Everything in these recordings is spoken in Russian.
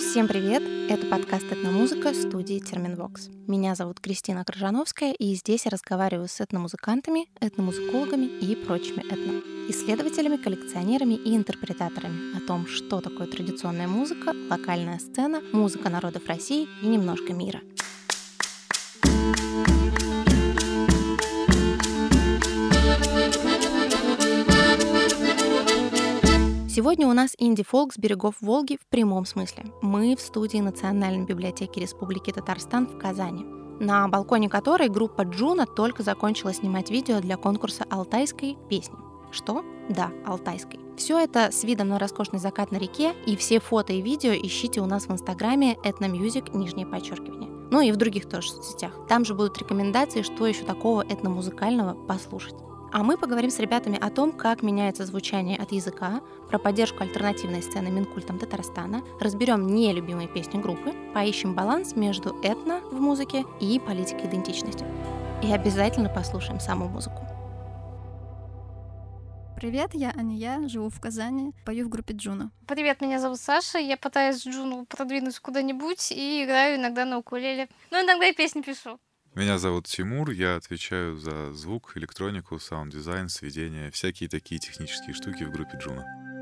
Всем привет! Это подкаст «Этномузыка» студии Терминвокс. Меня зовут Кристина Крыжановская, и здесь я разговариваю с этномузыкантами, этномузыкологами и прочими исследователями, коллекционерами и интерпретаторами о том, что такое традиционная музыка, локальная сцена, музыка народов России и немножко мира. Сегодня у нас инди-фолк с берегов Волги в прямом смысле. Мы в студии Национальной библиотеки Республики Татарстан в Казани, на балконе которой группа Джуна только закончила снимать видео для конкурса алтайской песни. Что? Да, алтайской. Все это с видом на роскошный закат на реке, и все фото и видео ищите у нас в инстаграме @etnommusic_. Ну и в других тоже соцсетях. Там же будут рекомендации, что еще такого этномузыкального послушать. А мы поговорим с ребятами о том, как меняется звучание от языка, про поддержку альтернативной сцены Минкультом Татарстана, разберем нелюбимые песни группы, поищем баланс между этно в музыке и политикой идентичности. И обязательно послушаем саму музыку. Привет, я Ания, живу в Казани, пою в группе Джуна. Привет, меня зовут Саша, я пытаюсь Джуну продвинуть куда-нибудь и играю иногда на укулеле. Но иногда и песни пишу. Меня зовут Тимур, я отвечаю за звук, электронику, саунд-дизайн, сведения, всякие такие технические штуки в группе Джуна.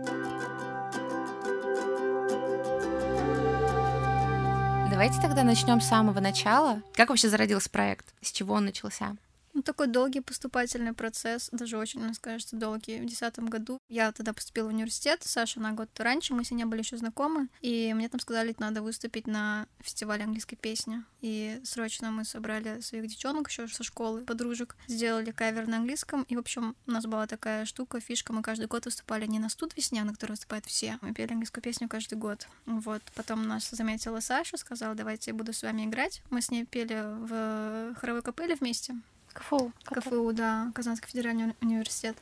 Давайте тогда начнем с самого начала. Как вообще зародился проект? С чего он начался? Такой долгий поступательный процесс, даже очень, мне кажется, долгий. В 2010 году я тогда поступила в университет, Саша на год раньше, мы с ней не были еще знакомы, и мне там сказали, что надо выступить на фестивале английской песни. И срочно мы собрали своих девчонок еще со школы, подружек, сделали кавер на английском, и, в общем, у нас была такая штука, фишка, мы каждый год выступали не на студ весня, на который выступают все, мы пели английскую песню каждый год. Вот, потом нас заметила Саша, сказала, давайте я буду с вами играть. Мы с ней пели в хоровой капелле вместе. КФУ, да, Казанский федеральный университет.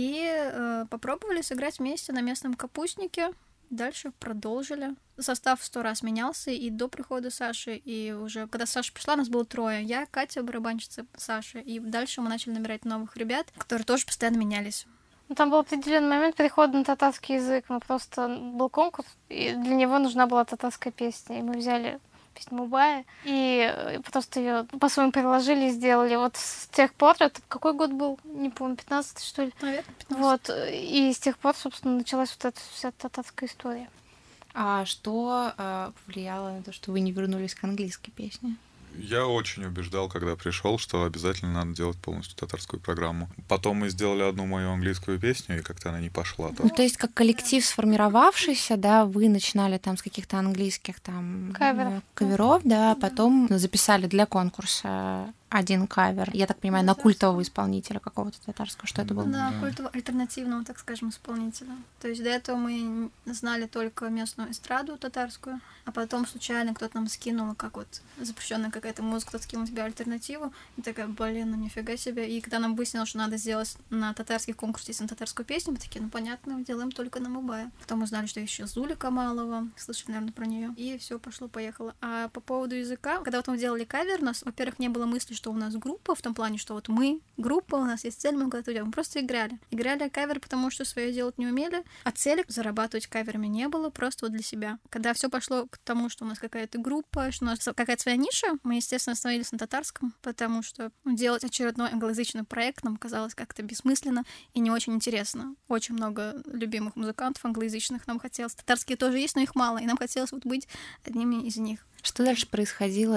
И попробовали сыграть вместе на местном капустнике. Дальше продолжили. Состав 100 раз менялся и до прихода Саши, и уже когда Саша пришла, нас было 3. Я, Катя, барабанщица Саши. И дальше мы начали набирать новых ребят, которые тоже постоянно менялись. Там был определенный момент перехода на татарский язык. Был конкурс, и для него нужна была татарская песня. И мы взяли песню Мубая, и просто ее по-своему переложили и сделали. Вот с тех пор, это какой год был? Не помню, 15-й, что ли? Наверное, 15. Вот, и с тех пор, собственно, началась вот эта вся татарская история. А что повлияло на то, что вы не вернулись к английской песне? Я очень убеждал, когда пришел, что обязательно надо делать полностью татарскую программу. Потом мы сделали одну мою английскую песню, и как-то она не пошла. То есть как коллектив сформировавшийся, да, вы начинали там с каких-то английских там каверов, да, потом записали для конкурса один кавер, я так понимаю, на культового исполнителя какого-то татарского. Что это было? Да, культового альтернативного, так скажем, исполнителя. То есть до этого мы знали только местную эстраду татарскую, а потом случайно кто-то нам скинул, как вот запрещенная какая-то музыка, кто-то скинул тебе альтернативу, и такая, блин, ну нифига себе. И когда нам выяснилось, что надо сделать на татарских конкурсе на татарскую песню, мы такие, ну понятно, делаем только на Мубае. Потом узнали, что еще Зуля Камалова, слышали, наверное, про нее, и все пошло-поехало. А по поводу языка, когда вот мы делали кавер, у нас, во-первых, не было мысли, что у нас группа, в том плане, что вот мы группа, у нас есть цель, мы куда-то идем. Мы просто играли. Играли кавер, потому что свое делать не умели, а цели зарабатывать каверами не было, просто вот для себя. Когда все пошло к тому, что у нас какая-то группа, что у нас какая-то своя ниша, мы, естественно, остановились на татарском, потому что делать очередной англоязычный проект нам казалось как-то бессмысленно и не очень интересно. Очень много любимых музыкантов англоязычных нам хотелось. Татарские тоже есть, но их мало, и нам хотелось вот быть одними из них. Что дальше происходило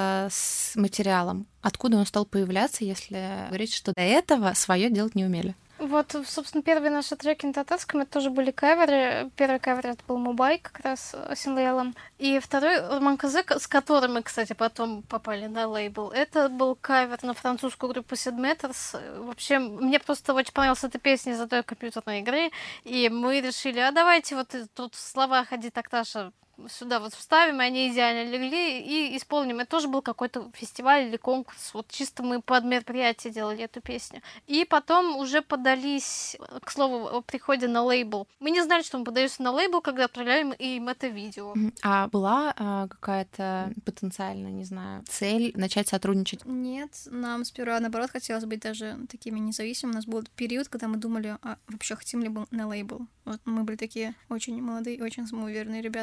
с материалом? Откуда он стал появляться, если говорить, что до этого свое делать не умели? Вот, собственно, первые наши треки на татарском, это тоже были каверы. Первый кавер это был Мубай, как раз с Инлейлом. И второй Роман Казык, с которым мы, кстати, потом попали на лейбл, это был кавер на французскую группу Sid Meters. Вообще, мне просто очень понравилась эта песня из одной компьютерной игры, и мы решили, а давайте вот тут слова «Ходи, такташа» сюда вот вставим, и они идеально легли, и исполним. Это тоже был какой-то фестиваль или конкурс. Вот чисто мы под мероприятие делали эту песню. И потом уже подались, к слову, о приходе на лейбл. Мы не знали, что мы подаемся на лейбл, когда отправляем им это видео. А была какая-то потенциальная, не знаю, цель начать сотрудничать? Нет, нам сперва, наоборот, хотелось быть даже такими независимыми. У нас был период, когда мы думали, а вообще хотим ли мы на лейбл. Вот мы были такие очень молодые, очень самоуверенные ребята. Но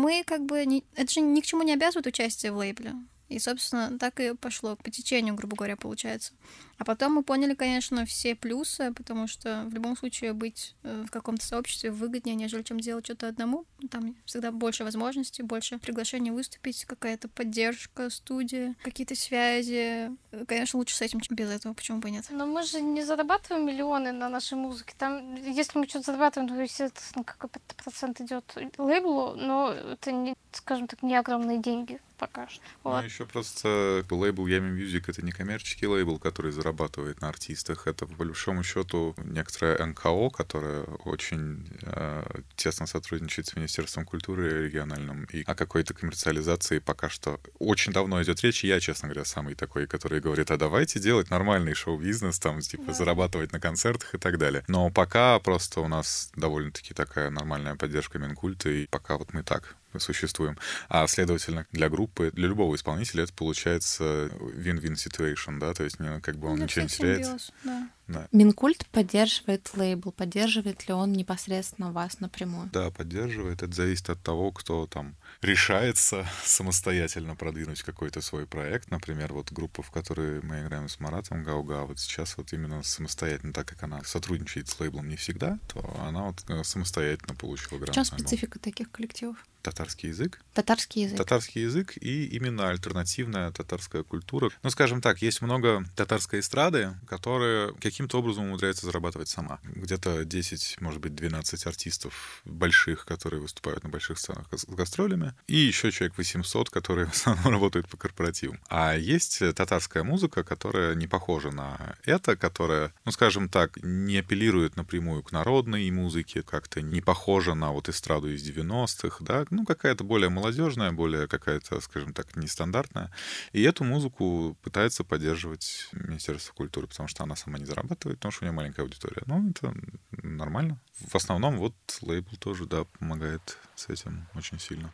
мы это же ни к чему не обязывает участие в лейбле. И, собственно, так и пошло по течению, грубо говоря, получается. А потом мы поняли, конечно, все плюсы, потому что в любом случае быть в каком-то сообществе выгоднее, нежели чем делать что-то одному. Там всегда больше возможностей, больше приглашений выступить, какая-то поддержка, студия, какие-то связи. Конечно, лучше с этим, чем без этого, почему бы и нет. Но мы же не зарабатываем миллионы на нашей музыке. Там, если мы что-то зарабатываем, то, естественно, какой-то процент идет лейблу, но это, не, скажем так, не огромные деньги пока что. Вот. Ну, еще просто лейбл Yummy Music — это не коммерческий лейбл, который зарабатывает на артистах. Это, по большому счету, некоторая НКО, которая очень тесно сотрудничает с Министерством культуры региональным. И о какой-то коммерциализации пока что очень давно идет речь. Я, честно говоря, самый такой, который говорит: а давайте делать нормальный шоу-бизнес, там, типа, зарабатывать на концертах и так далее. Но пока просто у нас довольно-таки такая нормальная поддержка Минкульта, и пока вот мы так существуем. А, следовательно, для группы, для любого исполнителя это получается win-win situation, да, то есть как бы он ничего не теряет. Да. Минкульт поддерживает лейбл, поддерживает ли он непосредственно вас напрямую? Да, поддерживает. Это зависит от того, кто там решается самостоятельно продвинуть какой-то свой проект. Например, вот группа, в которой мы играем с Маратом Гауга, вот сейчас вот именно самостоятельно, так как она сотрудничает с лейблом не всегда, то она вот самостоятельно получила грант. В чем специфика таких коллективов? Татарский язык. Татарский язык. Татарский язык и именно альтернативная татарская культура. Ну, скажем так, есть много татарской эстрады, которая каким-то образом умудряется зарабатывать сама. Где-то 10, может быть, 12 артистов больших, которые выступают на больших сценах с гастролями, и еще человек 800, которые в основном работают по корпоративам. А есть татарская музыка, которая не похожа на это, которая, ну, скажем так, не апеллирует напрямую к народной музыке, как-то не похожа на вот эстраду из 90-х, да, ну, какая-то более молодежная, более какая-то, скажем так, нестандартная. И эту музыку пытается поддерживать Министерство культуры, потому что она сама не зарабатывает, потому что у нее маленькая аудитория. Ну, это нормально. В основном вот лейбл тоже, да, помогает с этим очень сильно.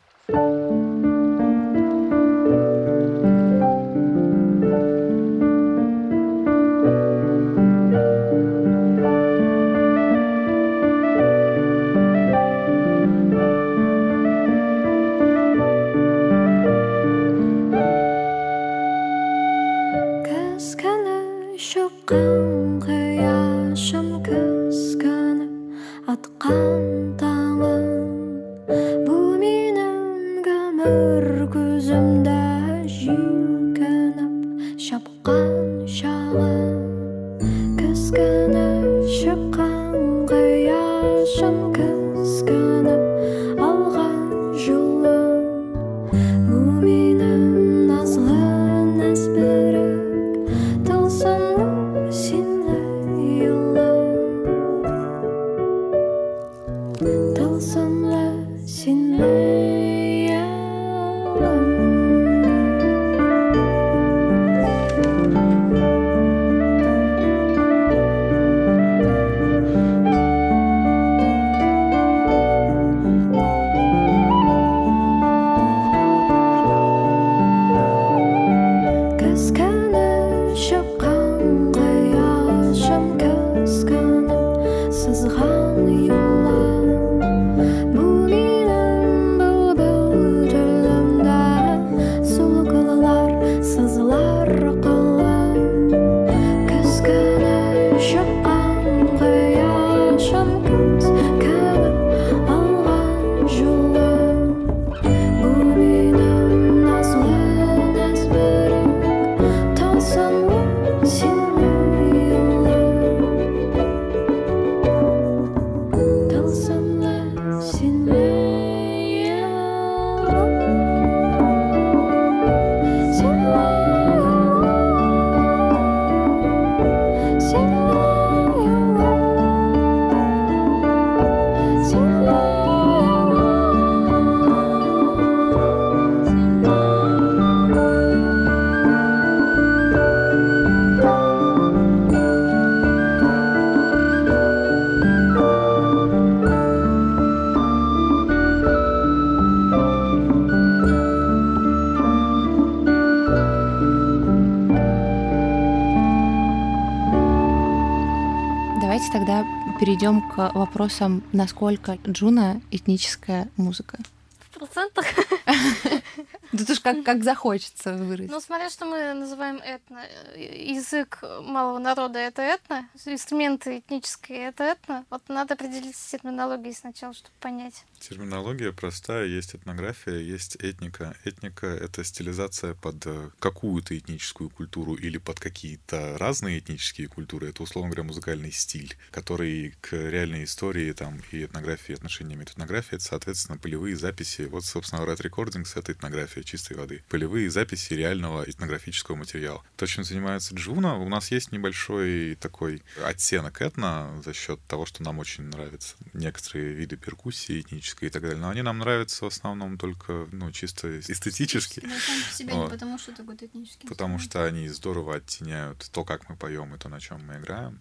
Перейдем к вопросам, насколько Джуна этническая музыка. В 100%. Тут уж как захочется выразить. Ну, смотря что мы называем этно. Язык малого народа — это этно, инструменты этнические — это этно. Вот надо определиться с терминологией сначала, чтобы понять. Терминология простая, есть этнография, есть этника. Этника — это стилизация под какую-то этническую культуру или под какие-то разные этнические культуры. Это, условно говоря, музыкальный стиль, который к реальной истории там, и этнографии, отношения имеет. Этнография — это, соответственно, полевые записи. Вот, собственно, Red Recordings — это этнография чистой воды. Полевые записи реального этнографического материала. То, чем занимается Джуна, у нас есть небольшой такой оттенок этно за счет того, что нам очень нравятся некоторые виды перкуссии этнической и так далее. Но они нам нравятся в основном только, чисто эстетически. Да, сами по себе, не потому что это какой-то этнический Потому инструмент. что они здорово оттеняют то, как мы поем, и то, на чем мы играем.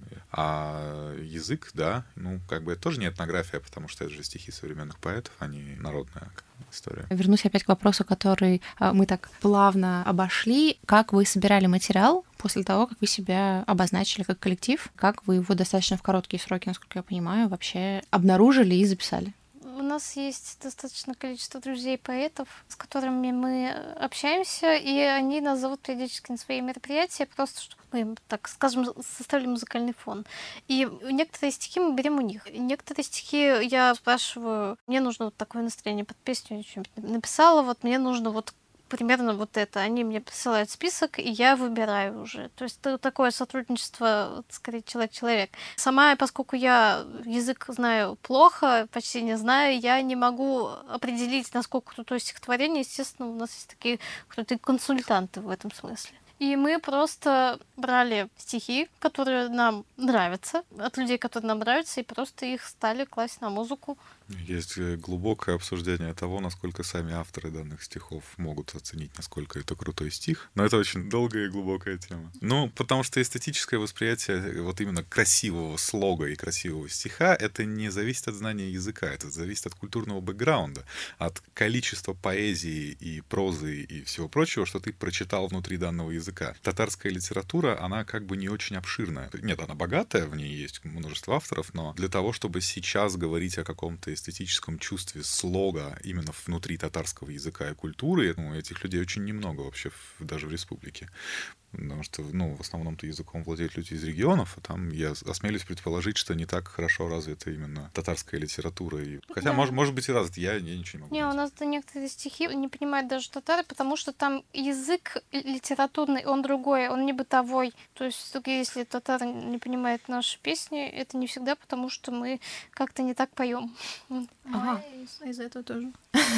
А язык, да, это тоже не этнография, потому что это же стихи современных поэтов, а не народная история. Вернусь опять к вопросу, который мы так плавно обошли. Как вы собирали материал после того, как вы себя обозначили как коллектив? Как вы его достаточно в короткие сроки, насколько я понимаю, вообще обнаружили и записали? У нас есть достаточное количество друзей-поэтов, с которыми мы общаемся, и они нас зовут периодически на свои мероприятия, просто чтобы мы им, так скажем, составили музыкальный фон. И некоторые стихи мы берем у них. Некоторые стихи я спрашиваю, мне нужно вот такое настроение под песню, я что-нибудь написала, вот мне нужно вот примерно вот это. Они мне присылают список, и я выбираю уже. То есть это такое сотрудничество, скорее, человек-человек. Сама, поскольку я язык знаю плохо, почти не знаю, я не могу определить, насколько крутое стихотворение. Естественно, у нас есть такие крутые консультанты в этом смысле. И мы просто брали стихи, которые нам нравятся, от людей, которые нам нравятся, и просто их стали класть на музыку. Есть глубокое обсуждение того, насколько сами авторы данных стихов могут оценить, насколько это крутой стих. Но это очень долгая и глубокая тема. Потому что эстетическое восприятие вот именно красивого слога и красивого стиха, это не зависит от знания языка, это зависит от культурного бэкграунда, от количества поэзии и прозы и всего прочего, что ты прочитал внутри данного языка. Татарская литература, она как бы не очень обширная. Нет, она богатая, в ней есть множество авторов, но для того, чтобы сейчас говорить о каком-то эстетическом чувстве слога именно внутри татарского языка и культуры, этих людей очень немного вообще даже в республике. Потому что, в основном-то языком владеют люди из регионов, а там я осмелюсь предположить, что не так хорошо развита именно татарская литература. Хотя, Да. может быть, и развита, я ничего не могу Не, у сказать. нас некоторые стихи не понимают даже татары, потому что там язык литературный, он другой, он не бытовой. То есть, если татар не понимает наши песни, это не всегда потому, что мы как-то не так поем. Ага. Из-за этого тоже.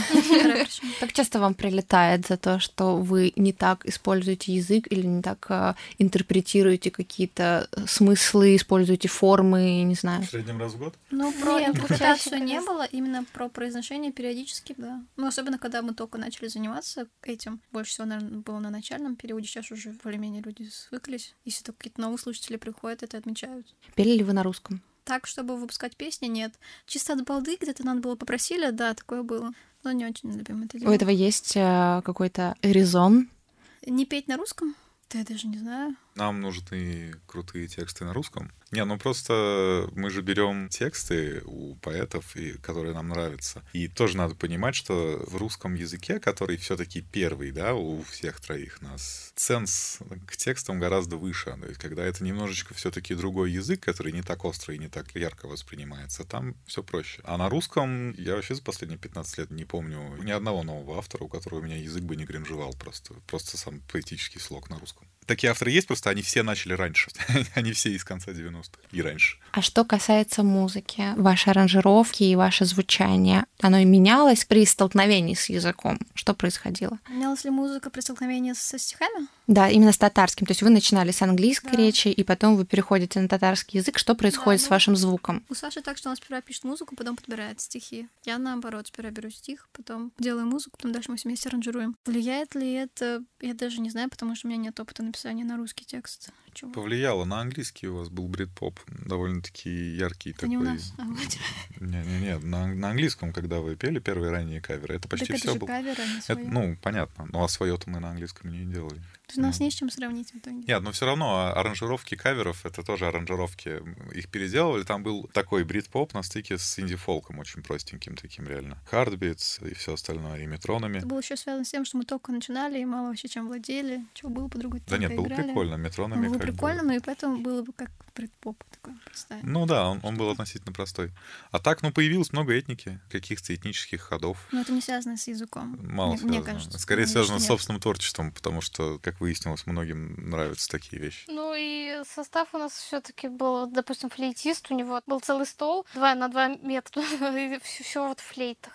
Как часто вам прилетает за то, что вы не так используете язык или не так интерпретируете какие-то смыслы, используете формы, не знаю? В среднем раз в год? Про Нет, интерпретацию чаще, не конечно. было, именно про произношение периодически, да. Особенно, когда мы только начали заниматься этим. Больше всего, наверное, было на начальном периоде. Сейчас уже более-менее люди свыклись. Если только какие-то новые слушатели приходят, это отмечают. Пели ли вы на русском? Так, чтобы выпускать песни, нет. Чисто от балды где-то надо было попросили, да, такое было. Но не очень любим это У делать. этого есть какой-то резон? Не петь на русском? Да я даже не знаю. Нам нужны крутые тексты на русском. Просто мы же берем тексты у поэтов, которые нам нравятся. И тоже надо понимать, что в русском языке, который все-таки первый, да, у всех троих нас, ценз к текстам гораздо выше. То есть, когда это немножечко все-таки другой язык, который не так остро и не так ярко воспринимается, там все проще. А на русском я вообще за последние 15 лет не помню ни одного нового автора, у которого у меня язык бы не кринжевал просто сам поэтический слог на русском. Такие авторы есть, просто они все начали раньше. Они все из конца 90-х и раньше. А что касается музыки, ваши аранжировки и ваше звучание, оно менялось при столкновении с языком? Что происходило? Менялась ли музыка при столкновении со стихами? Да, именно с татарским. То есть вы начинали с английской Да. речи, и потом вы переходите на татарский язык. Что происходит Да, с вашим звуком? У Саши так, что она сперва пишет музыку, потом подбирает стихи. Я, наоборот, сперва беру стих, потом делаю музыку, потом дальше мы вместе аранжируем. Влияет ли это? Я даже не знаю, потому что у меня нет опыта написание на русский текст. Чего? Повлияло. На английский у вас был брит-поп довольно-таки яркий Это такой. не у нас, а вот. Не, на английском, когда вы пели первые ранние каверы, это почти Так все это же было. кавер, а не Это, своё. ну, понятно. Ну, а свое-то мы на английском не делали. То есть у нас не с чем сравнить в итоге. Нет, но все равно аранжировки каверов — это тоже аранжировки. Их переделывали. Там был такой брит-поп на стыке с инди-фолком, очень простеньким таким реально. Хардбитс и все остальное, и метронами. Это было еще связано с тем, что мы только начинали и мало вообще чем владели. Чего было по-другому? Да нет, было прикольно. Метронами Было как бы- прикольно, но и поэтому было бы как брит-поп такой простая. Ну да, он был относительно простой. А так, ну, появилось много этники, каких-то этнических ходов. Но это не связано с языком. Мало связано. Мне кажется. Скорее Ну, связано с нет. собственным творчеством, потому что, как выяснилось, многим нравятся такие вещи. Ну и состав у нас все-таки был, допустим, флейтист, у него был целый стол 2 на 2 метра, и все вот в флейтах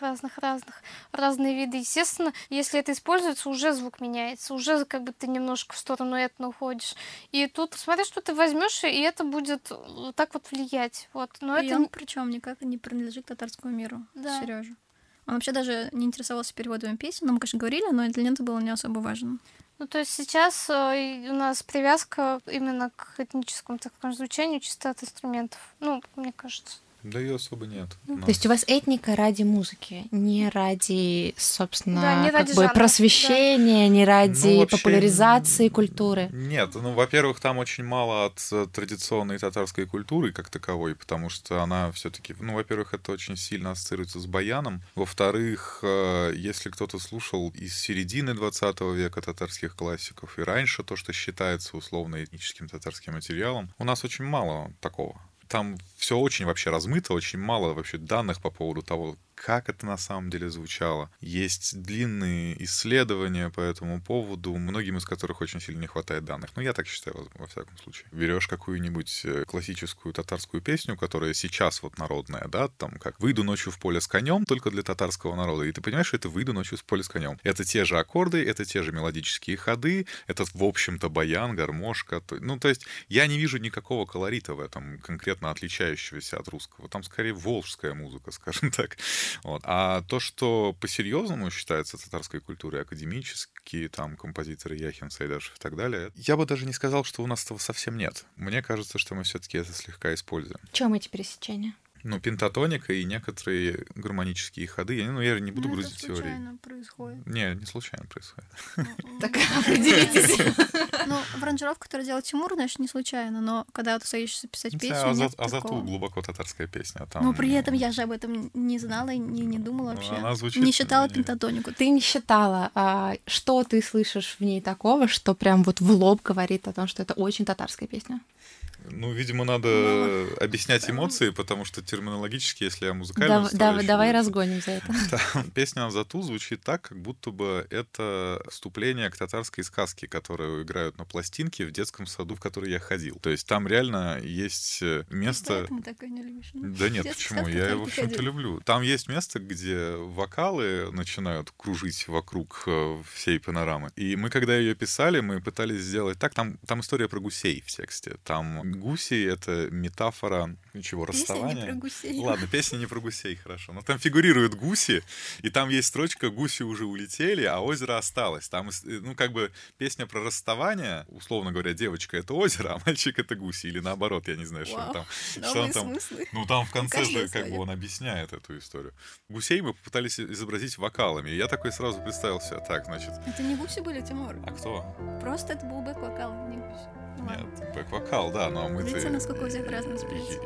разные виды. Естественно, если это используется, уже звук меняется, уже как бы ты немножко в сторону этого уходишь. И тут смотри, что ты возьмешь, и это будет вот так вот влиять. Вот. Но И это он причем никак не принадлежит к татарскому миру. Да. Сережа. Он вообще даже не интересовался переводами песен. Но мы, конечно, говорили, но для него это было не особо важно. Ну, то есть сейчас у нас привязка именно к этническому, так скажем, звучанию чисто от инструментов. Ну, мне кажется. Да ее особо нет. То есть у вас этника ради музыки, не ради, собственно, Да, не как ради бы жанра, просвещения, не ради Ну, вообще, популяризации культуры. Нет, ну, во-первых, там очень мало от традиционной татарской культуры как таковой, потому что она все-таки, ну, во-первых, это очень сильно ассоциируется с баяном. Во-вторых, если кто-то слушал из середины 20 века татарских классиков и раньше то, что считается условно этническим татарским материалом, у нас очень мало такого. Там все очень вообще размыто, очень мало вообще данных по поводу того, как это на самом деле звучало. Есть длинные исследования по этому поводу, многим из которых очень сильно не хватает данных. Ну, я так считаю, во всяком случае. Берешь какую-нибудь классическую татарскую песню, которая сейчас вот народная, да, там как «Выйду ночью в поле с конем» только для татарского народа, и ты понимаешь, что это «Выйду ночью в поле с конем». Это те же аккорды, это те же мелодические ходы, это, в общем-то, баян, гармошка. Ну, то есть я не вижу никакого колорита в этом, конкретно отличающегося от русского. Там, скорее, волжская музыка, скажем так. Вот. А то, что по-серьезному считается татарской культурой, академические там композиторы Яхин, Сайдашев и так далее, я бы даже не сказал, что у нас этого совсем нет. Мне кажется, что мы все-таки это слегка используем. В чем эти пересечения? Ну, пентатоника и некоторые гармонические ходы. Я не буду Ну, грузить это теории. случайно происходит. Не случайно происходит. Так определитесь. Ну, в аранжировку, которую делал Тимур, значит, не случайно, но когда ты садишься писать песню, нет Азату такого. глубоко татарская песня. Там... Но при этом я же об этом не знала и не думала вообще. Она звучит... Не считала пентатонику. Ты не считала, а что ты слышишь в ней такого, что прям вот в лоб говорит о том, что это очень татарская песня? Ну, видимо, надо объяснять эмоции, потому что терминологически, если я музыкальную Давай разгоним за это. Песня «Азату» звучит так, как будто бы это вступление к татарской сказке, которую играют на пластинке в детском саду, в который я ходил. То есть там реально есть место... Поэтому так и не любишь. Ну, Да нет, детский почему? сад, Я, который в ты общем-то, ходил. люблю. Там есть место, где вокалы начинают кружить вокруг всей панорамы. И мы, когда ее писали, мы пытались сделать так. Там история про гусей в тексте. Там гуси — это метафора чего, Песня не расставания. про гусей. Ладно, песня не про гусей, хорошо. Но там фигурируют гуси, и там есть строчка «Гуси уже улетели, а озеро осталось». Там, ну, как бы песня про расставание, условно говоря, девочка — это озеро, а мальчик — это гуси. Или наоборот, я не знаю, что он Вау, там. Что новые он там. смыслы. Ну, там в конце Каждое же, как бы, своё. он объясняет эту историю. Гусей мы попытались изобразить вокалами. И я такой сразу представил себя. Так, значит, Это не гуси были, Тимур. а кто? Просто это был бэк-вокал, не гуси. Ну, ладно. Нет, бэк-вокал, да, но мы... Видите, насколько у всех разные восприятия.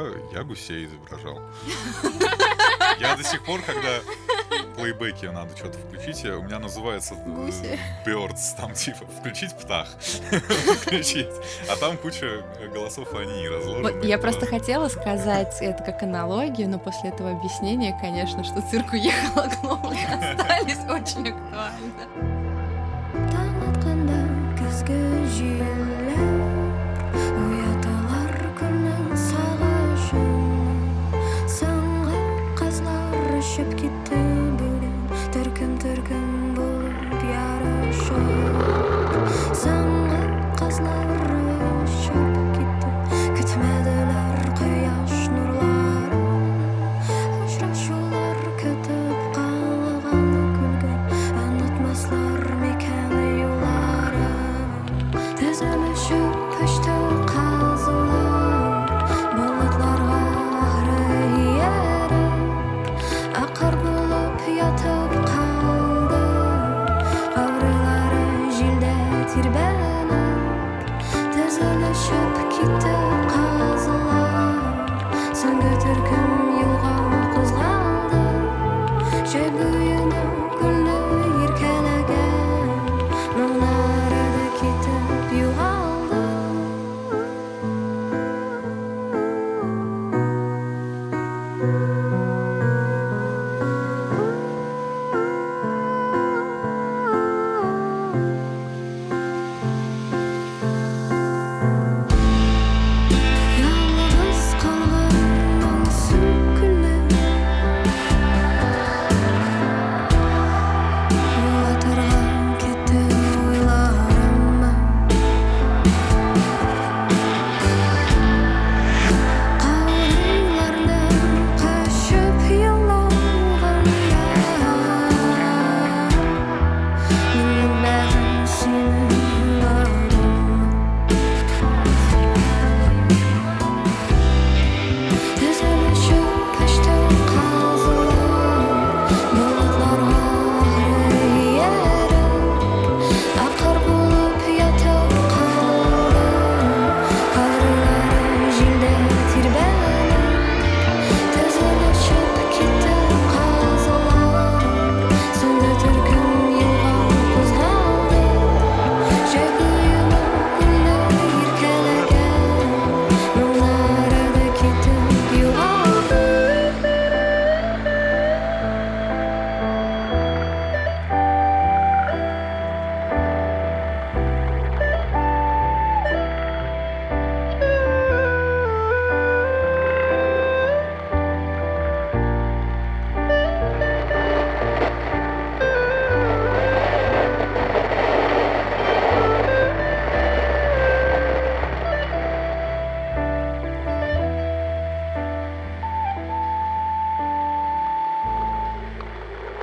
Я гусей изображал. Я до сих пор, когда в плейбеке надо что-то включить, у меня называется Гуси. Birds, там типа включить птах, включить, а там куча голосов они разложены. Вот я просто хотела сказать это как аналогию, но после этого объяснения, конечно, что цирк уехал, а клоуны остались, очень актуально. Таң атқанда күзгі желдер ұяталар күннің сағышына саңғақ қазлар ұшып кетті бүгін түркім болып ярышып саңғақ қазлар ұшып кетті күтмеділер құяш нұрларын ұшырашулар күтіп қалғаны күлгін ұнатмаслар мекені юларын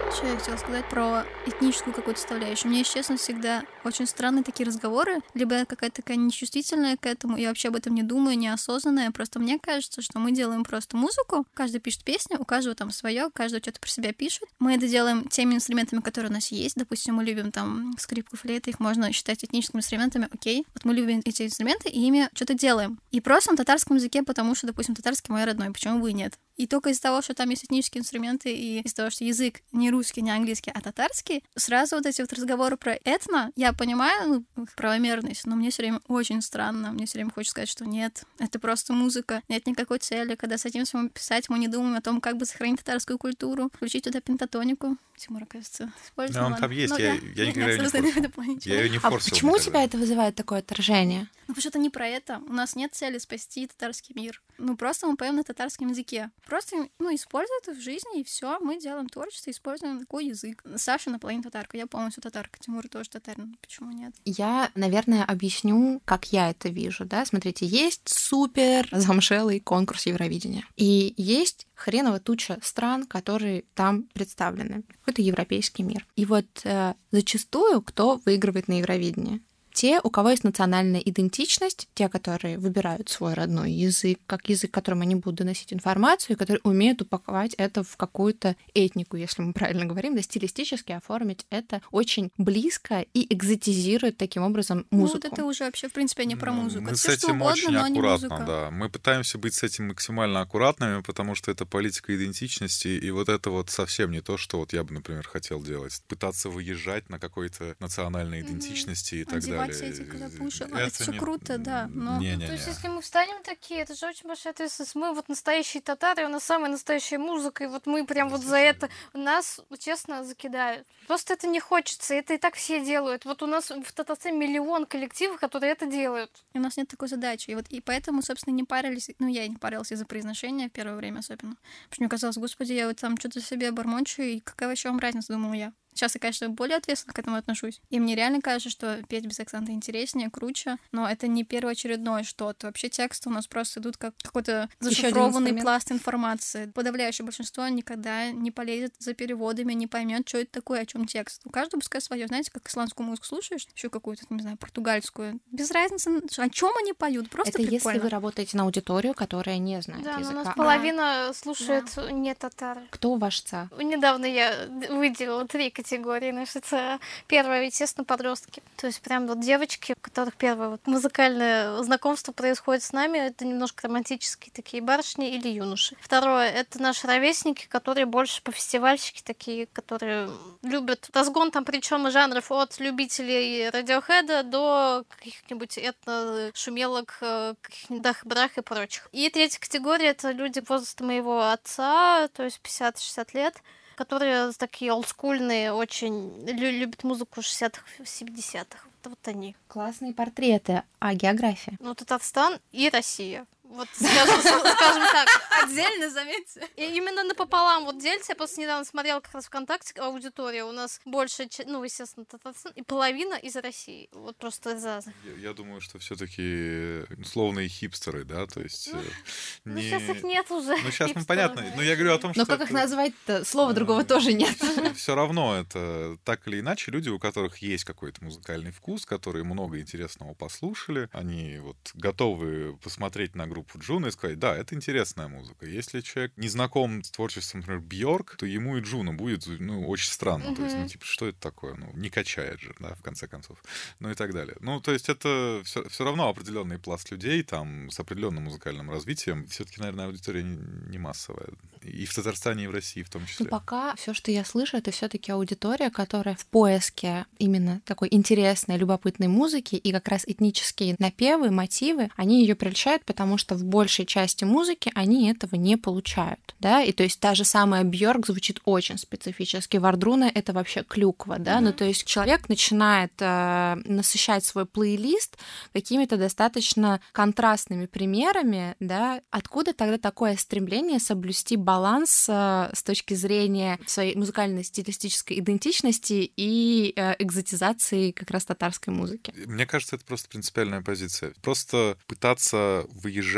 что я хотела сказать про этническую какую-то составляющую. Мне, если честно, всегда очень странные такие разговоры. Либо я какая-то такая нечувствительная к этому, я вообще об этом не думаю, неосознанная. Просто мне кажется, что мы делаем просто музыку, каждый пишет песню, у каждого там свое, каждый что-то про себя пишет. Мы это делаем теми инструментами, которые у нас есть. Допустим, мы любим там скрипку, флейты, их можно считать этническими инструментами, окей. Вот мы любим эти инструменты и ими что-то делаем. И просто на татарском языке, потому что, допустим, татарский мой родной, почему бы и нет? И только из-за того, что там есть этнические инструменты, и из-за того, что язык не русский, не английский, а татарский, сразу вот эти вот разговоры про этно, я понимаю, правомерность, но мне все время очень странно. Мне все время хочется сказать, что нет, это просто музыка, нет никакой цели. Когда садимся писать, мы не думаем о том, как бы сохранить татарскую культуру, включить туда пентатонику. Тимур, кажется, использовал. Да, он там есть, я никогда ее не форсил. Я ее не форсил. Почему у тебя это вызывает такое отторжение? Ну, потому что это не про это. У нас нет цели спасти татарский мир. Ну, просто мы поем на татарском языке. Просто, используем это в жизни, и все. Мы делаем творчество, используем такой язык. Саша наполовину татарка, я полностью татарка. Тимур тоже татарин. Почему нет? Я, наверное, объясню, как я это вижу, да. Смотрите, есть супер замшелый конкурс Евровидения. И есть хреново туча стран, которые там представлены. Это европейский мир. И вот зачастую кто выигрывает на Евровидении? Те, у кого есть национальная идентичность, те, которые выбирают свой родной язык, как язык, которым они будут доносить информацию, и которые умеют упаковать это в какую-то этнику, если мы правильно говорим, да, стилистически оформить это очень близко и экзотизирует таким образом музыку. Ну, вот это уже вообще, в принципе, не про музыку. Мы это с всё, этим что угодно, очень но не аккуратно, музыка. да. Мы пытаемся быть с этим максимально аккуратными, потому что это политика идентичности, и вот это вот совсем не то, что вот я бы, например, хотел делать. Пытаться выезжать на какой-то национальной идентичности и так далее. Эти калапуши. Это все круто, да. Но... То есть, если мы встанем такие, это же очень большая ответственность. Мы вот настоящие татары, у нас самая настоящая музыка, и вот мы прям вот за это нас, честно, закидают. Просто это не хочется, это и так все делают. Вот у нас в Татарстане миллион коллективов, которые это делают. И у нас нет такой задачи. И поэтому, собственно, не парились. Ну, я и не парилась из-за произношения в первое время особенно. Потому что мне казалось, господи, я вот там что-то себе бормочу, и какая вообще вам разница, думала я. Сейчас я, конечно, более ответственно к этому отношусь. И мне реально кажется, что петь без акцента интереснее, круче, но это не первоочередное что-то. Вообще тексты у нас просто идут как какой-то зашифрованный пласт информации. Подавляющее большинство никогда не полезет за переводами, не поймет, что это такое, о чем текст. У каждого пускай свое. Знаете, как исландскую музыку слушаешь, еще какую-то, не знаю, португальскую. Без разницы, о чем они поют. Просто это прикольно. если вы работаете на аудиторию, которая не знает да, языка. Да, у нас половина слушает не татары. Кто ваш ца? Недавно я выделила 3 категории нашей ЦА. Первое, естественно, подростки. То есть прям вот девочки, у которых первое вот музыкальное знакомство происходит с нами, это немножко романтические такие барышни или юноши. Второе, это наши ровесники, которые больше по фестивальщики такие, которые любят разгон там, причем и жанров от любителей Радиохеда до каких-нибудь этно-шумелок, каких-нибудь Дах-Брах и прочих. И третья категория — это люди возраста моего отца, то есть 50-60 лет, которые такие олдскульные, очень любят музыку 60-х, 70-х. Вот они. Классные портреты. А география? Ну, Татарстан и Россия. Вот, скажем так. Отдельно, заметьте. И именно напополам вот делится. Я просто недавно смотрела как раз ВКонтакте, аудитория у нас больше, естественно, Татарстан, и половина из России. Вот просто из разных. Я думаю, что все-таки условные хипстеры, да, то есть... Ну, сейчас их нет уже. Ну, сейчас, понятно. Но я говорю о том, что... Но как их назвать-то? Слова другого тоже нет. Все равно это так или иначе люди, у которых есть какой-то музыкальный вкус, которые много интересного послушали, они вот готовы посмотреть на группу Джуна и сказать, да, это интересная музыка. Если человек не знаком с творчеством, например, Бьорк, то ему и Джуна будет, очень странно. То есть, что это такое? Не качает же, да, в конце концов. И так далее. То есть это все равно определенный пласт людей, там, с определенным музыкальным развитием. Все-таки, наверное, аудитория не массовая. И в Татарстане, и в России в том числе. Но пока все, что я слышу, это все-таки аудитория, которая в поиске именно такой интересной, любопытной музыки, и как раз этнические напевы, мотивы, они ее прельщают, потому что в большей части музыки они этого не получают, да, и то есть та же самая Бьорк звучит очень специфически, Вардруна — это вообще клюква, да, то есть человек начинает насыщать свой плейлист какими-то достаточно контрастными примерами, да, откуда тогда такое стремление соблюсти баланс с точки зрения своей музыкальной стилистической идентичности и экзотизации как раз татарской музыки? Мне кажется, это просто принципиальная позиция. Просто пытаться выезжать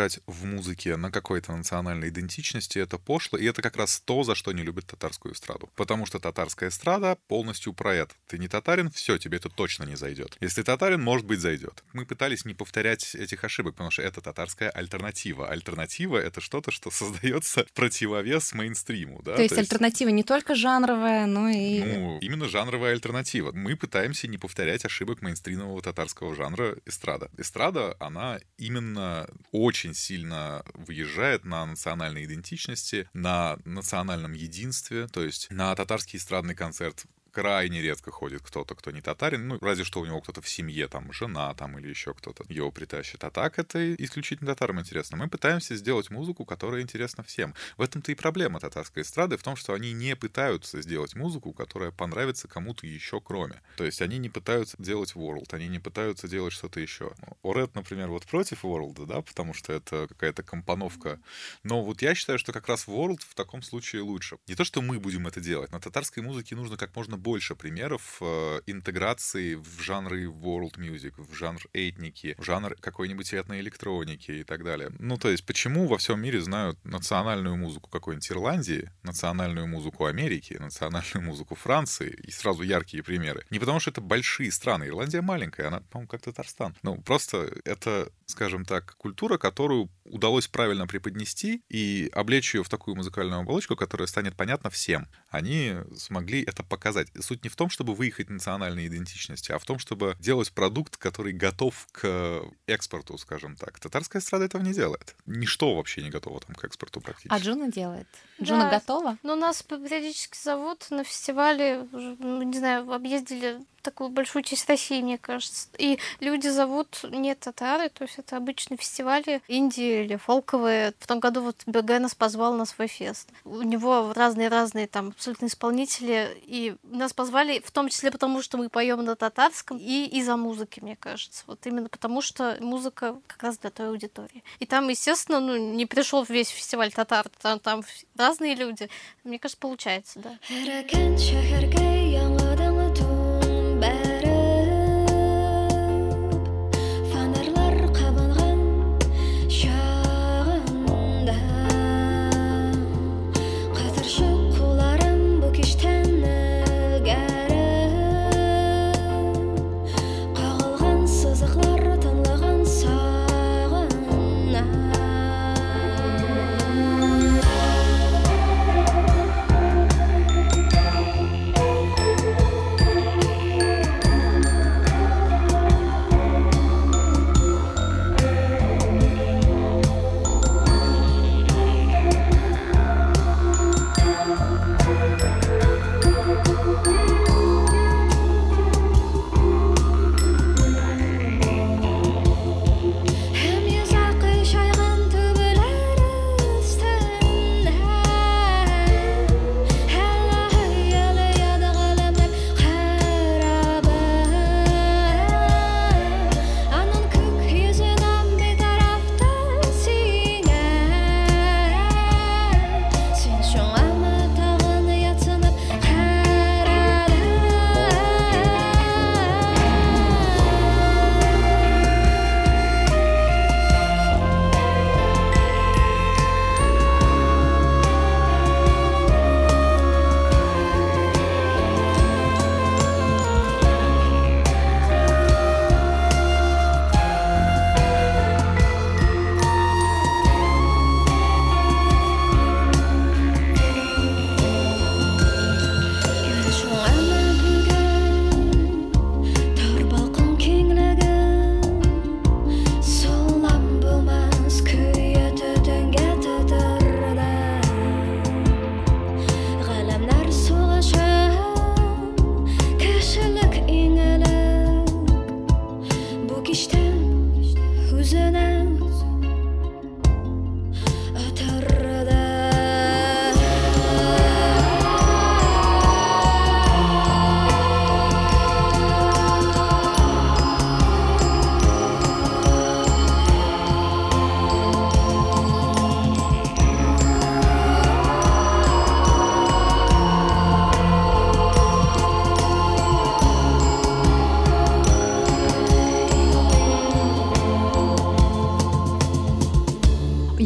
держать в музыке на какой-то национальной идентичности, это пошло, и это как раз то, за что не любят татарскую эстраду. Потому что татарская эстрада полностью про это. Ты не татарин, все, тебе это точно не зайдет. Если татарин, может быть, зайдет. Мы пытались не повторять этих ошибок, потому что это татарская альтернатива. Альтернатива — это что-то, что создается в противовес мейнстриму. Да? То есть альтернатива не только жанровая, но и... Ну, именно жанровая альтернатива. Мы пытаемся не повторять ошибок мейнстримового татарского жанра эстрада. Эстрада, она именно очень сильно выезжает на национальной идентичности, на национальном единстве, то есть на татарский эстрадный концерт крайне редко ходит кто-то, кто не татарин, ну, разве что у него кто-то в семье, там, жена, там, или еще кто-то его притащит. А так это исключительно татарам интересно. Мы пытаемся сделать музыку, которая интересна всем. В этом-то и проблема татарской эстрады, в том, что они не пытаются сделать музыку, которая понравится кому-то еще кроме. То есть они не пытаются делать world, они не пытаются делать что-то еще. Орет, например, вот против world, да, потому что это какая-то компоновка. Но вот я считаю, что как раз world в таком случае лучше. Не то, что мы будем это делать. На татарской музыке нужно как можно больше примеров интеграции в жанры world music, в жанр этники, в жанр какой-нибудь этноэлектроники и так далее. Ну, то есть, почему во всем мире знают национальную музыку какой-нибудь Ирландии, национальную музыку Америки, национальную музыку Франции, и сразу яркие примеры? Не потому, что это большие страны. Ирландия маленькая, она, по-моему, как Татарстан. Ну, просто это, скажем так, культура, которую удалось правильно преподнести и облечь ее в такую музыкальную оболочку, которая станет понятна всем. Они смогли это показать. Суть не в том, чтобы выехать национальной идентичности, а в том, чтобы делать продукт, который готов к экспорту, скажем так. Татарская эстрада этого не делает. Ничто вообще не готово там к экспорту практически. А Джуна делает? Джуна готова? Ну, нас периодически зовут на фестивале, уже, не знаю, объездили такую большую часть России, мне кажется. И люди зовут не татары, то есть это обычные фестивали инди или фолковые. В том году вот БГ нас позвал на свой фест. У него разные-разные там абсолютно исполнители, и нас позвали в том числе потому, что мы поем на татарском, и из-за музыки, мне кажется. Вот именно потому, что музыка как раз для той аудитории. И там, естественно, не пришел весь фестиваль татар, там разные люди. Мне кажется, получается, да.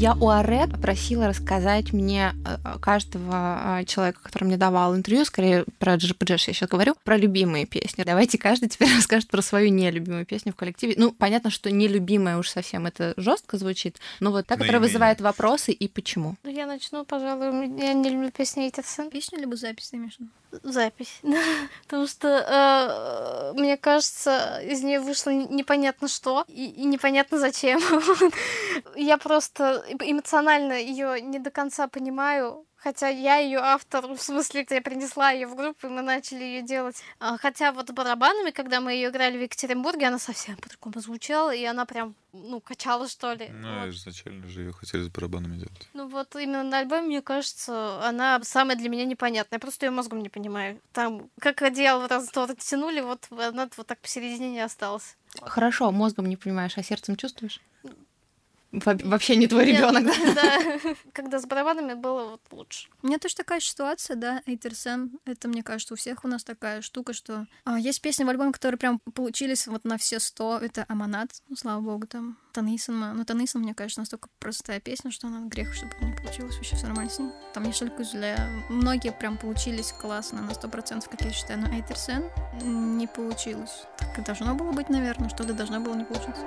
Я у Арет попросила рассказать мне каждого человека, который мне давал интервью, скорее про Джерпеджеш я сейчас говорю, про любимые песни. Давайте каждый теперь расскажет про свою нелюбимую песню в коллективе. Ну, понятно, что нелюбимая уж совсем это жестко звучит, но вот та, которая вызывает вопросы и почему. Я начну, пожалуй. Я не люблю песни Эйтерсон. Песню либо запись, ты имеешь в виду? Запись. Потому что, мне кажется, из нее вышло непонятно что и непонятно зачем. Я просто эмоционально ее не до конца понимаю. Хотя я ее автор, в смысле, я принесла ее в группу, и мы начали ее делать. Хотя вот с барабанами, когда мы ее играли в Екатеринбурге, она совсем по-другому звучала, и она прям, качала, что ли. Ну, Вот. изначально же ее хотели с барабанами делать. Ну вот именно на альбоме, мне кажется, она самая для меня непонятная. Я просто ее мозгом не понимаю. Там, как одеяло в разные стороны тянули, вот она вот так посередине не осталась. Хорошо, мозгом не понимаешь, а сердцем чувствуешь? Вообще не твой ребенок, да? Да. Когда с барабанами было вот лучше. У меня тоже такая ситуация, да, Эйтерсон. Это, мне кажется, у всех у нас такая штука, что есть песни в альбоме, которые прям получились вот на все 100. Это Аманат, слава богу, там Танысын. Но Танысын, мне кажется, настолько простая песня, что она грех, чтобы не получилось, вообще все нормально с ней. Там Мишель Кузля. Многие прям получились классно на 100%, как я считаю. Но Эйтерсон не получилось. Так и должно было быть, наверное, что-то должно было не получиться.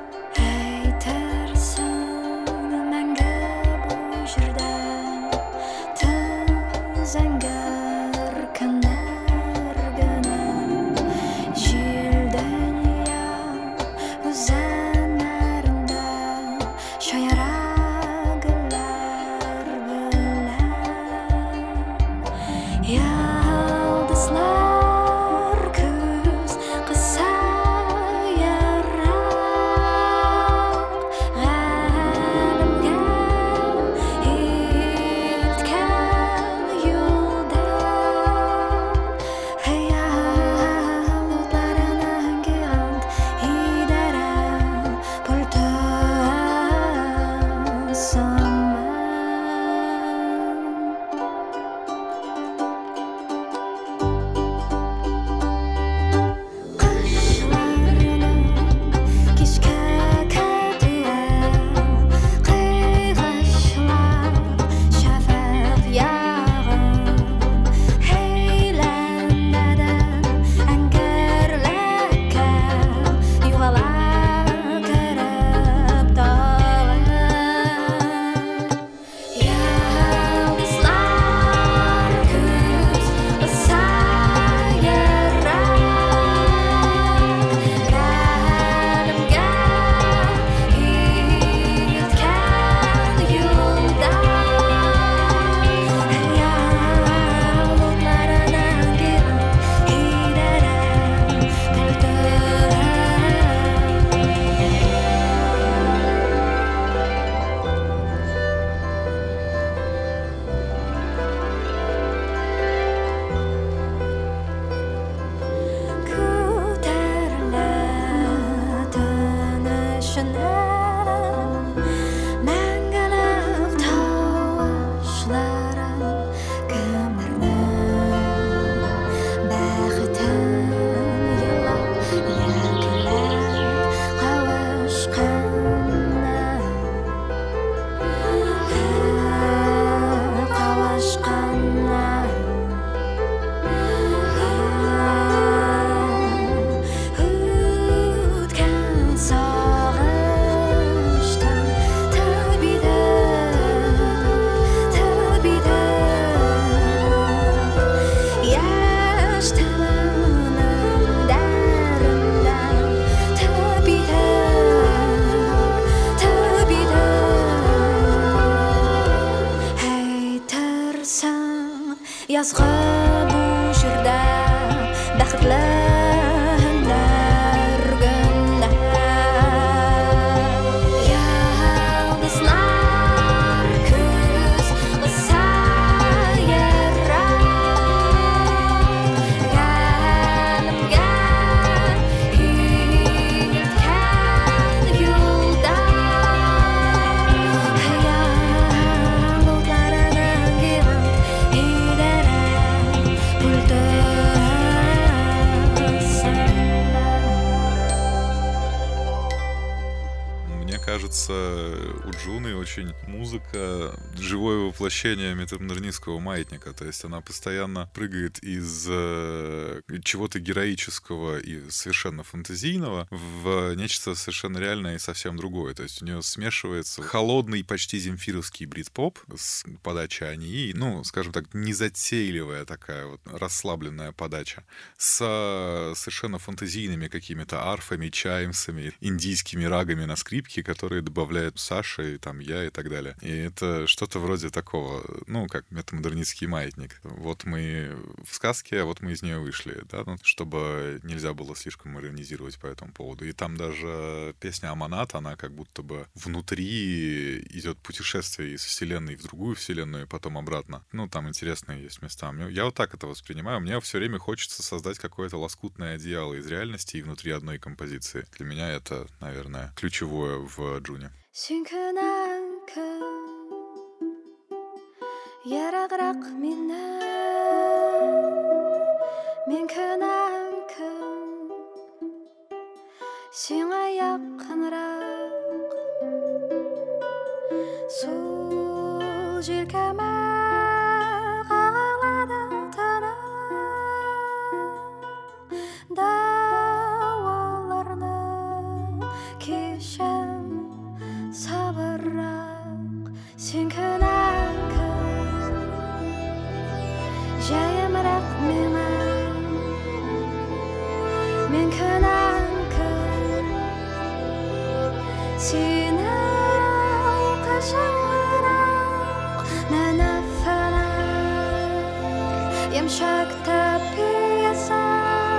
Зәңгәр көннәр генә җилдән яу үзәннәрендә шаяра гөлләр белән йолдызлар күз кыса ярак галәмгә Язгы бу җирдә бәхетле һөнәр генә йолдызлар күз кыса ярак галәмгә илткән юлда бултларының кажется, у Джуны очень музыка живое воплощение метамодернистского маятника. То есть она постоянно прыгает из чего-то героического и совершенно фантазийного в нечто совершенно реальное и совсем другое. То есть у нее смешивается холодный, почти земфировский брит-поп с подачей Ании, ну, скажем так, незатейливая такая вот расслабленная подача, с совершенно фантазийными какими-то арфами, чаймсами, индийскими рагами на скрипке, которые добавляют Саша и там я и так далее. И это что-то вроде такого, ну, как метамодернистский маятник. Вот мы в сказке, а вот мы из нее вышли, да, ну, чтобы нельзя было слишком иронизировать по этому поводу. И там даже песня Аманат, она как будто бы внутри идет путешествие из вселенной в другую вселенную и потом обратно. Ну, там интересные есть места. Я вот так это воспринимаю. Мне все время хочется создать какое-то лоскутное одеяло из реальности и внутри одной композиции. Для меня это, наверное, ключевое в Джуне. Сүйкенен күн ерагыраак менен мен көнән күн сиңа якыныраак сул желкәмә кагыладың тыным даваларны кешәм sabırrak sen könən kön jayımrak men könən kön seni uqışırak mən afanak yamşakta piyasam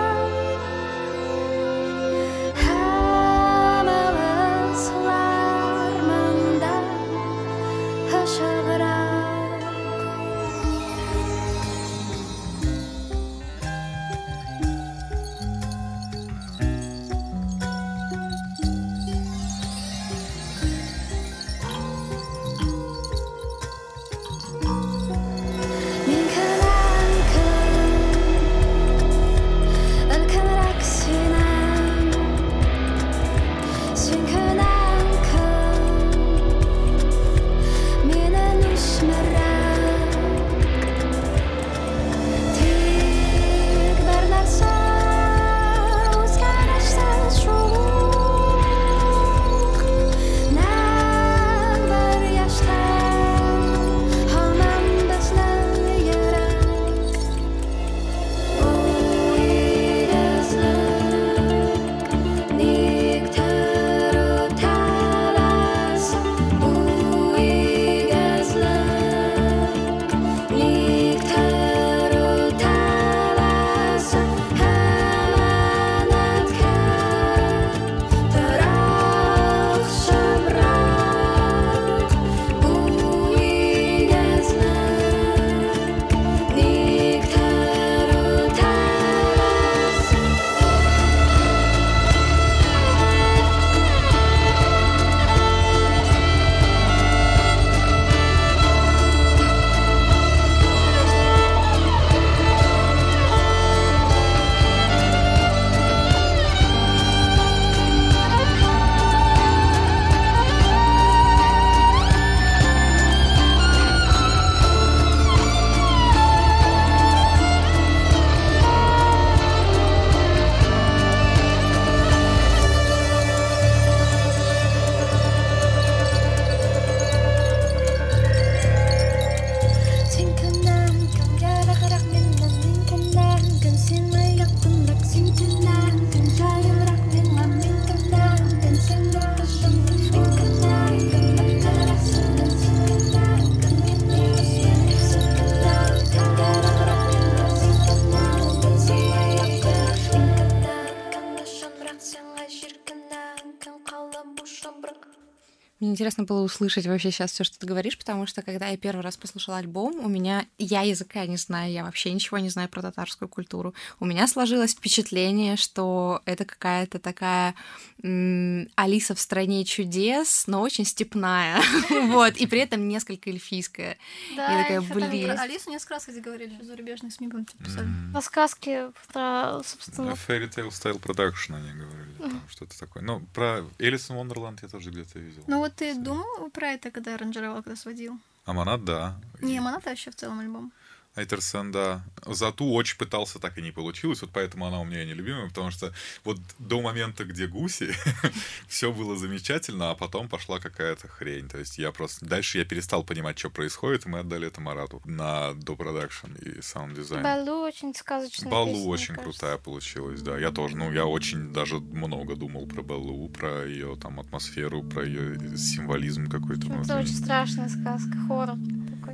Мне интересно было услышать вообще сейчас все, что ты говоришь, потому что когда я первый раз послушала альбом, я языка не знаю, я вообще ничего не знаю про татарскую культуру. У меня сложилось впечатление, что это какая-то такая Алиса в стране чудес, но очень степная, вот, и при этом несколько эльфийская. Да, я такая, блин. Про Алису несколько раз, кстати, говорили, что зарубежные СМИ писали. Рассказки про, собственно... Fairy Tale Style Production они говорили. там что-то такое. Ну, про Элис in Wonderland я тоже где-то видел. Ну вот ты думал про это, когда аранжировал, когда сводил? Аманат, да. Не, Аманат вообще в целом альбом. Айтерсен, да. Зату очень пытался, так и не получилось. Вот поэтому она у меня и не любимая, потому что вот до момента, где гуси, все было замечательно, а потом пошла какая-то хрень. То есть я просто... Дальше я перестал понимать, что происходит, и мы отдали это Марату на допродакшн и саунд-дизайн. Балу очень сказочная Балу песня, очень мне кажется. крутая получилась, да. Я тоже, я очень даже много думал про Балу, про ее там атмосферу, про ее символизм какой-то. Это очень страшная сказка, хоррор такой.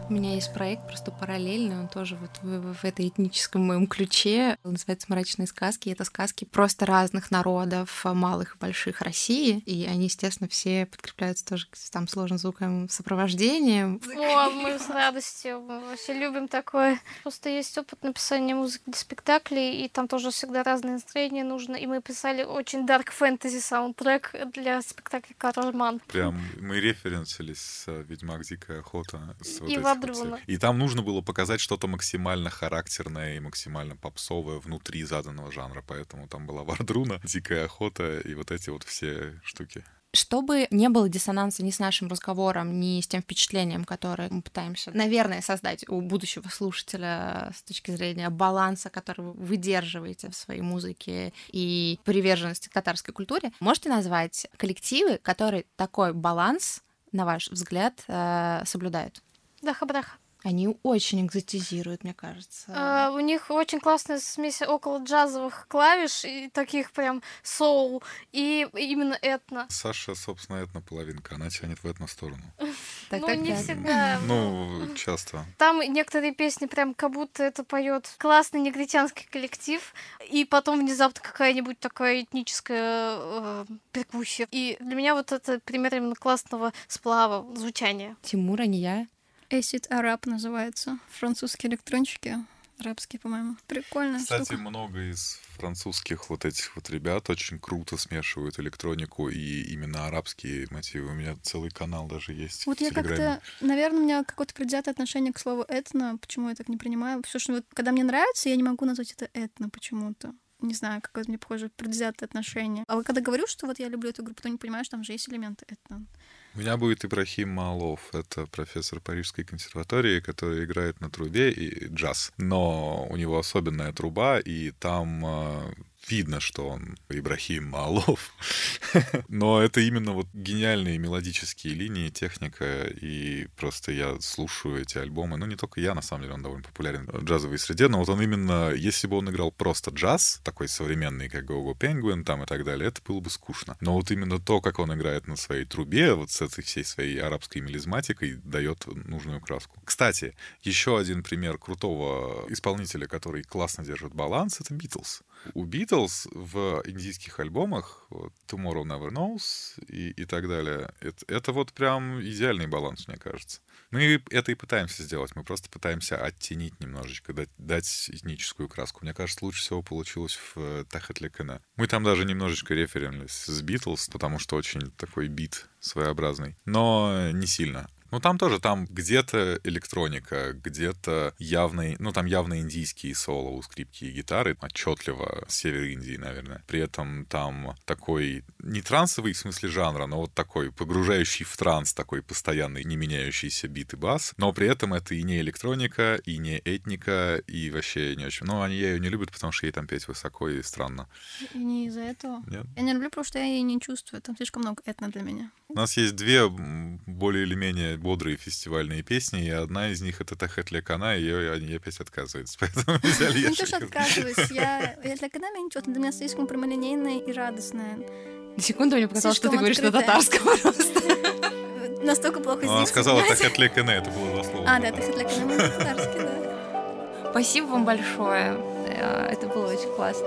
У меня есть проект просто параллельный, он тоже вот в этой этническом моем ключе. Он называется «Мрачные сказки». Это сказки просто разных народов, малых и больших России. И они, естественно, все подкрепляются тоже там сложным звуковым сопровождением. О, мы с радостью. Мы вообще любим такое. Просто есть опыт написания музыки для спектаклей, и там тоже всегда разные настроения нужно. И мы писали очень дарк фэнтези саундтрек для спектакля «Карман». Прям мы референсились с «Ведьмак. Дикая охота». И «Вардрuna». И там нужно было показать что-то максимально характерное и максимально попсовое внутри заданного жанра. Поэтому там была «Вардрuna», «Дикая охота» и вот эти вот все штуки. Чтобы не было диссонанса ни с нашим разговором, ни с тем впечатлением, которое мы пытаемся, наверное, создать у будущего слушателя с точки зрения баланса, который вы выдерживаете в своей музыке и приверженности к татарской культуре, можете назвать коллективы, которые такой баланс, на ваш взгляд, соблюдают? Даха-браха. Они очень экзотизируют, мне кажется. У них очень классная смесь около джазовых клавиш и таких прям соул, и именно этно. Саша, собственно, этно-половинка, она тянет в этно-сторону. Ну, не всегда. Ну, часто. Там некоторые песни прям как будто это поет классный негритянский коллектив, и потом внезапно какая-нибудь такая этническая перкуссия. И для меня вот это пример именно классного сплава звучания. Тимур, а не я. Acid Arab называется. Французские электрончики. Арабские, по-моему. Прикольная Кстати, штука. много из французских вот этих вот ребят очень круто смешивают электронику и именно арабские мотивы. У меня целый канал даже есть Вот в я Телеграме. как-то, наверное, у меня какое-то предвзятое отношение к слову этно. Почему я так не принимаю? Все, что вот, когда мне нравится, я не могу назвать это этно почему-то. Не знаю, какое-то мне похоже предвзятое отношение. А вот когда говорю, что вот я люблю эту группу, то не понимаешь, там же есть элементы этно. У меня будет Ибрахим Маалов. Это профессор Парижской консерватории, который играет на трубе и джаз. Но у него особенная труба, и там видно, что он Ибрахим Маалов. Но это именно вот гениальные мелодические линии, техника, и просто я слушаю эти альбомы. Ну, не только я, на самом деле, он довольно популярен в джазовой среде, но вот он именно, если бы он играл просто джаз, такой современный, как Go-Go Penguin там и так далее, это было бы скучно. Но вот именно то, как он играет на своей трубе, вот с этой всей своей арабской мелизматикой, дает нужную краску. Кстати, еще один пример крутого исполнителя, который классно держит баланс, это Beatles. У Beatles в индийских альбомах вот, Tomorrow Never Knows и так далее, это вот прям идеальный баланс, мне кажется. Мы это и пытаемся сделать, мы просто пытаемся оттенить немножечко, дать этническую краску. Мне кажется, лучше всего получилось в Тахет Лекене. Мы там даже немножечко референлись с Beatles, потому что очень такой бит своеобразный, но не сильно. Ну, там тоже, там где-то электроника, где-то явный, ну, там явно индийские соло у скрипки и гитары, отчетливо север Индии, наверное. При этом там такой, не трансовый в смысле жанра, но вот такой погружающий в транс, такой постоянный, не меняющийся бит и бас. Но при этом это и не электроника, и не этника, и вообще не очень... Ну, они ее не любят, потому что ей там петь высоко и странно. И не из-за этого. Нет? Я не люблю, потому что я ее не чувствую. Там слишком много этно для меня. У нас есть две более или менее бодрые фестивальные песни, и одна из них — это Тахет Лекана, и ее опять отказывается. Поэтому взяли Не то, что отказываюсь. Я для канала ничего, для меня слишком прямолинейная и радостная. На секунду мне показалось, что ты Слишком говоришь на открытая. татарском просто. Настолько плохо Но она здесь. сказала понимаете? Тахет Лекана, это было два слова. А, да, Тахет Лекана, татарский, да. Спасибо вам большое. Это было очень классно.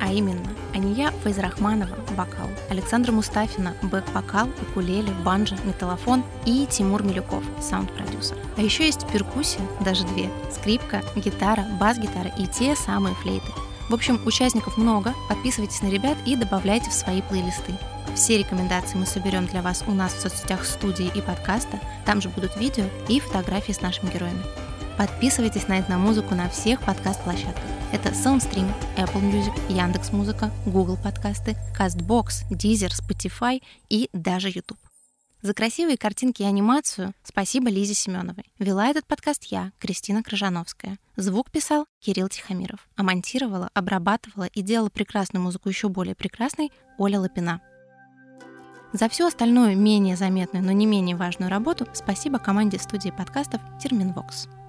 А именно, Ания Файзрахманова – вокал, Александра Мустафина – бэк-вокал, укулеле, банджо, металлофон и Тимур Милюков – саунд-продюсер. А еще есть перкуссия, даже 2 – скрипка, гитара, бас-гитара и те самые флейты. В общем, участников много, подписывайтесь на ребят и добавляйте в свои плейлисты. Все рекомендации мы соберем для вас у нас в соцсетях студии и подкаста, там же будут видео и фотографии с нашими героями. Подписывайтесь на этномузыку на всех подкаст-площадках. Это SoundStream, Apple Music, Яндекс.Музыка, Google подкасты, CastBox, Deezer, Spotify и даже YouTube. За красивые картинки и анимацию спасибо Лизе Семеновой. Вела этот подкаст я, Кристина Крыжановская. Звук писал Кирилл Тихомиров. А монтировала, обрабатывала и делала прекрасную музыку еще более прекрасной Оля Лапина. За всю остальную, менее заметную, но не менее важную работу спасибо команде студии подкастов Терминвокс.